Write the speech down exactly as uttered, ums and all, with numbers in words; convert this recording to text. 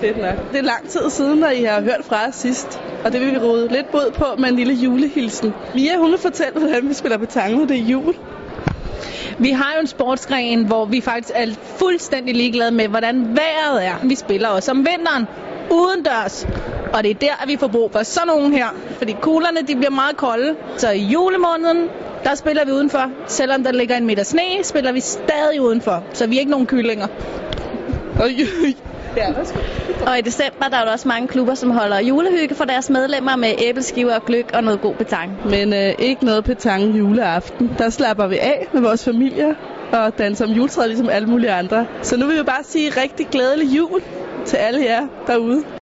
Fedt nok. Det er lang tid siden, at I har hørt fra os sidst. Og det vil vi rode lidt bod på med en lille julehilsen. Mia, hun vil fortælle, hvordan vi spiller petanque, når det er jul. Vi har jo en sportsgren, hvor vi faktisk er fuldstændig ligeglade med, hvordan vejret er. Vi spiller også om vinteren, udendørs. Og det er der, at vi får brug for sådan nogen her. Fordi kuglerne, de bliver meget kolde. Så i julemåneden, der spiller vi udenfor. Selvom der ligger en meter sne, spiller vi stadig udenfor. Så vi er ikke nogen kyllinger. Ja, og i december der er der også mange klubber, som holder julehygge for deres medlemmer med æbleskiver og gløgg og noget god petanque. Men øh, ikke noget petanque juleaften. Der slapper vi af med vores familier og danser om juletræet ligesom alle mulige andre. Så nu vil vi bare sige rigtig glædelig jul til alle jer derude.